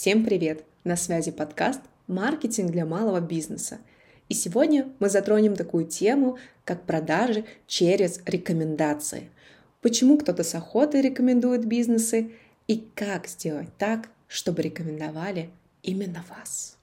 Всем привет! На связи подкаст «Маркетинг для малого бизнеса». И сегодня мы затронем такую тему, как продажи через рекомендации. Почему кто-то с охотой рекомендует бизнесы и как сделать так, чтобы рекомендовали именно вас.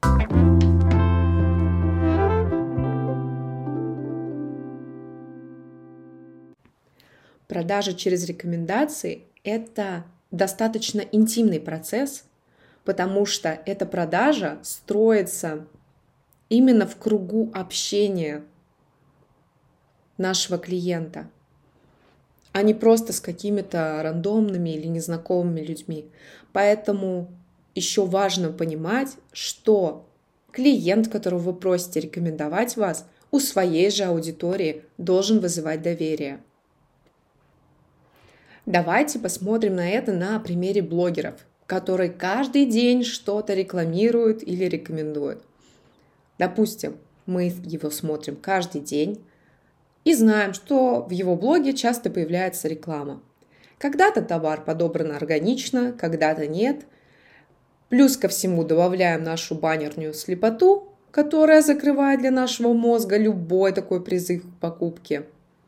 Продажи через рекомендации – это достаточно интимный процесс, потому что эта продажа строится именно в кругу общения нашего клиента, а не просто с какими-то рандомными или незнакомыми людьми. Поэтому еще важно понимать, что клиент, которого вы просите рекомендовать вас, у своей же аудитории должен вызывать доверие. Давайте посмотрим на это на примере блогеров, которые каждый день что-то рекламируют или рекомендуют. Допустим, мы его смотрим каждый день и знаем, что в его блоге часто появляется реклама. Когда-то товар подобран органично, когда-то нет. Плюс ко всему добавляем нашу баннерную слепоту, которая закрывает для нашего мозга любой такой призыв к покупке.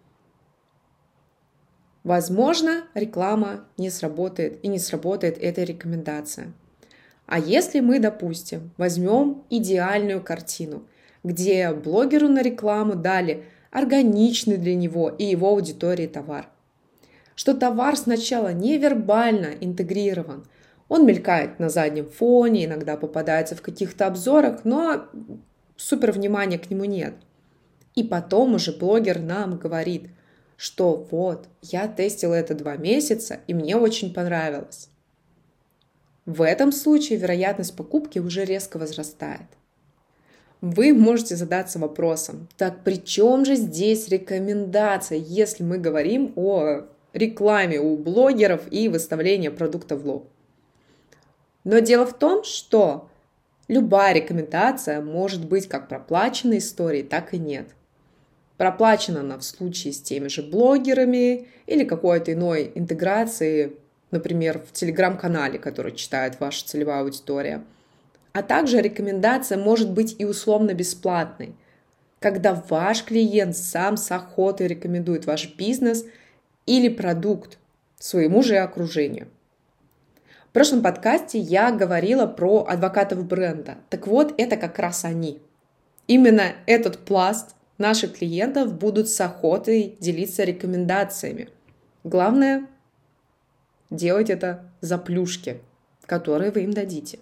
Возможно, реклама не сработает и не сработает эта рекомендация. А если мы, допустим, возьмем идеальную картину, где блогеру на рекламу дали органичный для него и его аудитории товар, что товар сначала невербально интегрирован, он мелькает на заднем фоне, иногда попадается в каких-то обзорах, но супер внимания к нему нет. И потом уже блогер нам говорит, что вот, я тестила это 2 месяца, и мне очень понравилось. В этом случае вероятность покупки уже резко возрастает. Вы можете задаться вопросом, так при чем же здесь рекомендация, если мы говорим о рекламе у блогеров и выставлении продукта в лоб? Но дело в том, что любая рекомендация может быть как проплаченной историей, так и нет. Проплачена она в случае с теми же блогерами или какой-то иной интеграцией, например, в телеграм-канале, который читает ваша целевая аудитория. А также рекомендация может быть и условно бесплатной, когда ваш клиент сам с охотой рекомендует ваш бизнес или продукт своему же окружению. В прошлом подкасте я говорила про адвокатов бренда. Так вот, это как раз они. Именно этот пласт наших клиентов будут с охотой делиться рекомендациями. Главное – делать это за плюшки, которые вы им дадите.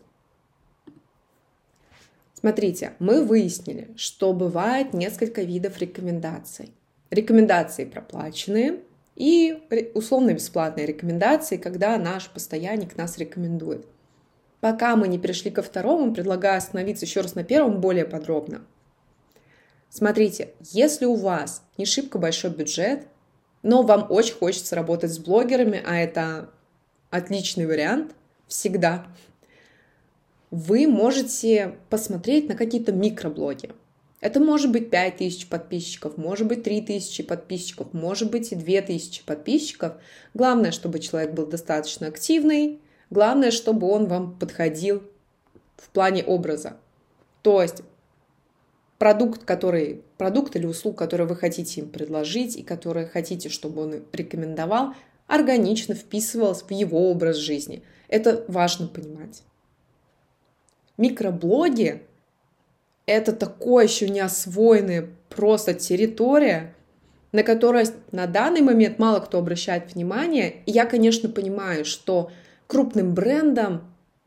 Смотрите, мы выяснили, что бывает несколько видов рекомендаций. Рекомендации проплаченные и условно-бесплатные рекомендации, когда наш постоянник нас рекомендует. Пока мы не перешли ко второму, предлагаю остановиться еще раз на первом более подробно. Смотрите, если у вас не шибко большой бюджет, но вам очень хочется работать с блогерами, а это отличный вариант всегда, вы можете посмотреть на какие-то микроблоги. Это может быть 5000 подписчиков, может быть 3000 подписчиков, может быть и 2000 подписчиков. Главное, чтобы человек был достаточно активный, главное, чтобы он вам подходил в плане образа. То есть продукт или услугу, который вы хотите им предложить и который хотите, чтобы он рекомендовал, органично вписывался в его образ жизни. Это важно понимать. Микроблоги – это такое еще не освоенная просто территория, на которую на данный момент мало кто обращает внимание. И я, конечно, понимаю, что крупным брендам,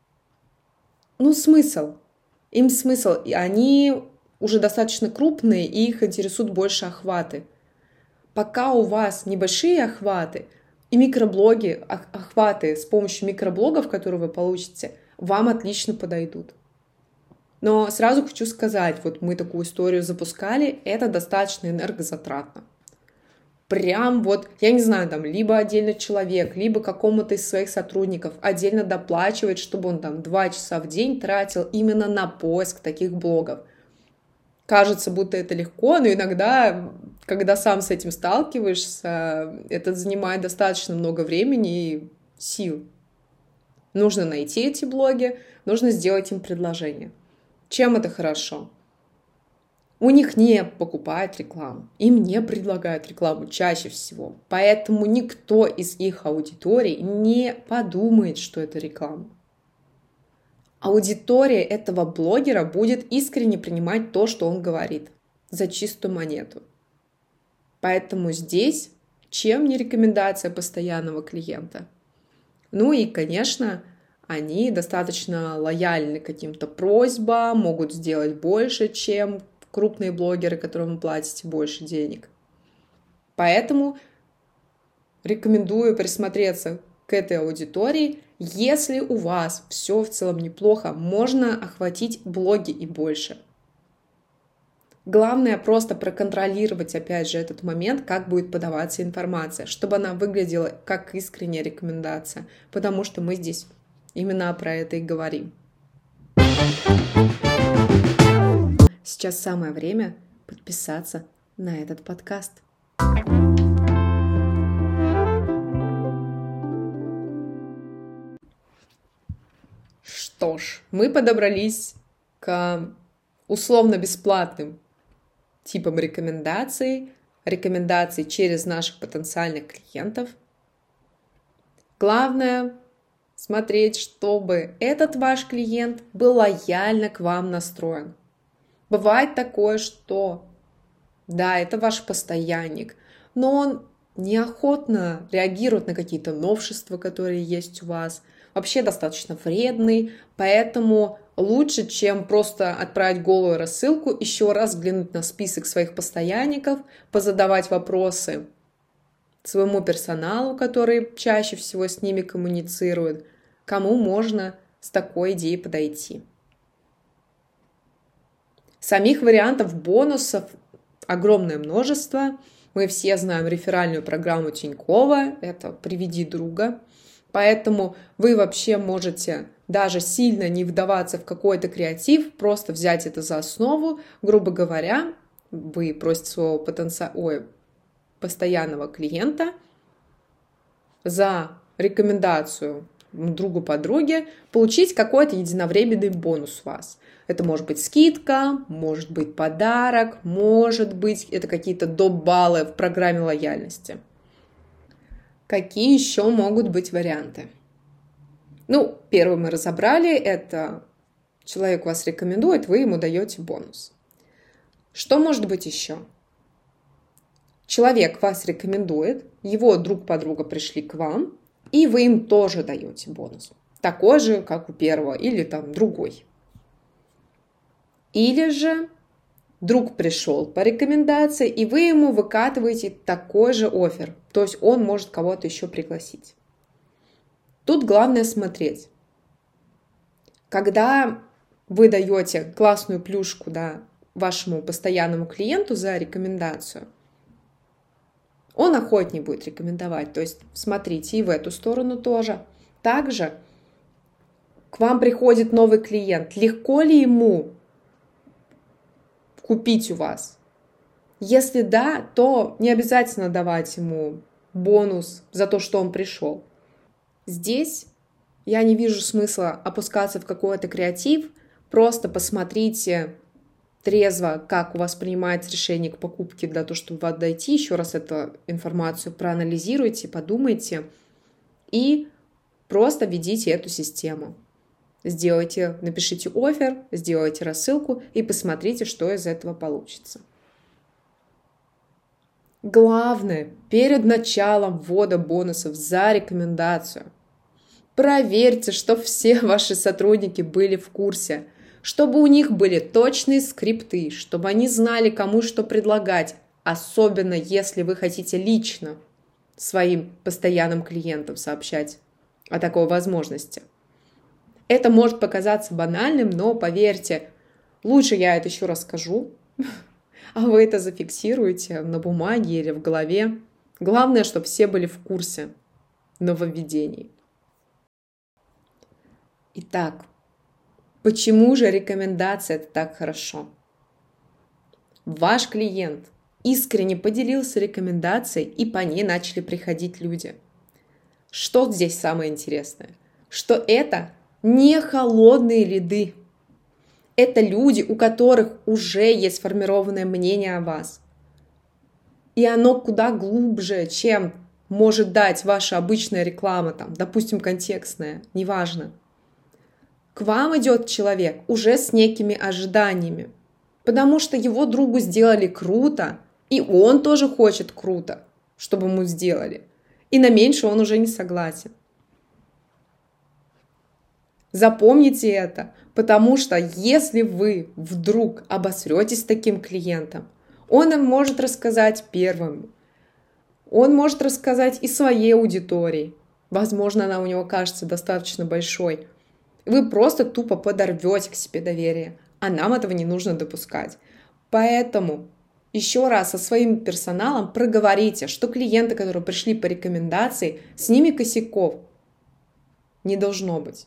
смысл. Им смысл. И они уже достаточно крупные, и их интересуют больше охваты. Пока у вас небольшие охваты и микроблоги, охваты с помощью микроблогов, которые вы получите, вам отлично подойдут. Но сразу хочу сказать, вот мы такую историю запускали, это достаточно энергозатратно. Прям вот, я не знаю, либо отдельно человек, либо какому-то из своих сотрудников отдельно доплачивает, чтобы он 2 часа в день тратил именно на поиск таких блогов. Кажется, будто это легко, но иногда, когда сам с этим сталкиваешься, это занимает достаточно много времени и сил. Нужно найти эти блоги, нужно сделать им предложение. Чем это хорошо? У них не покупают рекламу, им не предлагают рекламу чаще всего. Поэтому никто из их аудитории не подумает, что это реклама. Аудитория этого блогера будет искренне принимать то, что он говорит, за чистую монету. Поэтому здесь чем не рекомендация постоянного клиента? Ну и, конечно, они достаточно лояльны к каким-то просьбам, могут сделать больше, чем крупные блогеры, которым вы платите больше денег. Поэтому рекомендую присмотреться к этой аудитории. Если у вас все в целом неплохо, можно охватить блоги и больше. Главное просто проконтролировать, опять же, этот момент, как будет подаваться информация, чтобы она выглядела как искренняя рекомендация, потому что мы здесь именно про это и говорим. Сейчас самое время подписаться на этот подкаст. Что ж, мы подобрались к условно-бесплатным типам рекомендаций через наших потенциальных клиентов. Главное смотреть, чтобы этот ваш клиент был лояльно к вам настроен. Бывает такое, что да, это ваш постоянник, но он неохотно реагирует на какие-то новшества, которые есть у вас, вообще достаточно вредный, поэтому лучше, чем просто отправить голую рассылку, еще раз взглянуть на список своих постоянников, позадавать вопросы своему персоналу, который чаще всего с ними коммуницирует, кому можно с такой идеей подойти. Самих вариантов бонусов огромное множество. Мы все знаем реферальную программу Тинькова, это «Приведи друга». Поэтому вы вообще можете даже сильно не вдаваться в какой-то креатив, просто взять это за основу. Грубо говоря, вы просите своего постоянного клиента за рекомендацию другу подруге получить какой-то единовременный бонус у вас. Это может быть скидка, может быть подарок, может быть это какие-то доп. Баллы в программе лояльности. Какие еще могут быть варианты? Ну, первый мы разобрали, это человек вас рекомендует, вы ему даете бонус. Что может быть еще? Человек вас рекомендует, его друг-подруга пришли к вам, и вы им тоже даете бонус. Такой же, как у первого, или там другой. Или же друг пришел по рекомендации, и вы ему выкатываете такой же оффер. То есть он может кого-то еще пригласить. Тут главное смотреть. Когда вы даете классную плюшку, да, вашему постоянному клиенту за рекомендацию, он охотнее будет рекомендовать. То есть смотрите и в эту сторону тоже. Также к вам приходит новый клиент. Легко ли ему купить у вас? Если да, то не обязательно давать ему бонус за то, что он пришел. Здесь я не вижу смысла опускаться в какой-то креатив. Просто посмотрите трезво, как у вас принимается решение к покупке для того, чтобы вас дойти. Еще раз эту информацию проанализируйте, подумайте и просто введите эту систему. Напишите оффер, сделайте рассылку и посмотрите, что из этого получится. Главное, перед началом ввода бонусов за рекомендацию проверьте, чтобы все ваши сотрудники были в курсе, чтобы у них были точные скрипты, чтобы они знали, кому что предлагать, особенно если вы хотите лично своим постоянным клиентам сообщать о такой возможности. Это может показаться банальным, но поверьте, лучше я это еще расскажу, а вы это зафиксируете на бумаге или в голове. Главное, чтобы все были в курсе нововведений. Итак, почему же рекомендация это так хорошо? Ваш клиент искренне поделился рекомендацией, и по ней начали приходить люди. Что здесь самое интересное? что это не холодные лиды. Это люди, у которых уже есть сформированное мнение о вас. И оно куда глубже, чем может дать ваша обычная реклама, там, допустим, контекстная, неважно. К вам идет человек уже с некими ожиданиями, потому что его другу сделали круто, и он тоже хочет круто, чтобы ему сделали. И на меньше он уже не согласен. Запомните это, потому что если вы вдруг обосретесь с таким клиентом, он им может рассказать первым. Он может рассказать и своей аудитории. Возможно, она у него кажется достаточно большой. Вы просто тупо подорвете к себе доверие, а нам этого не нужно допускать. Поэтому еще раз со своим персоналом проговорите, что клиенты, которые пришли по рекомендации, с ними косяков не должно быть.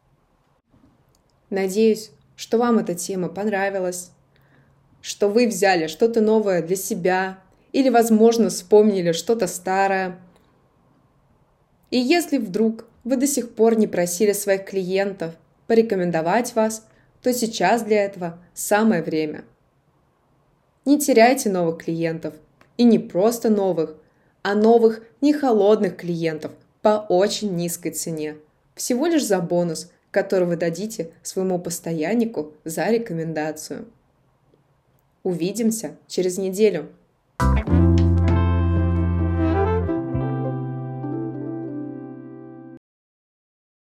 Надеюсь, что вам эта тема понравилась, что вы взяли что-то новое для себя или, возможно, вспомнили что-то старое. И если вдруг вы до сих пор не просили своих клиентов порекомендовать вас, то сейчас для этого самое время. Не теряйте новых клиентов. И не просто новых, а новых не холодных клиентов по очень низкой цене. Всего лишь за бонус, который вы дадите своему постояннику за рекомендацию. Увидимся через неделю.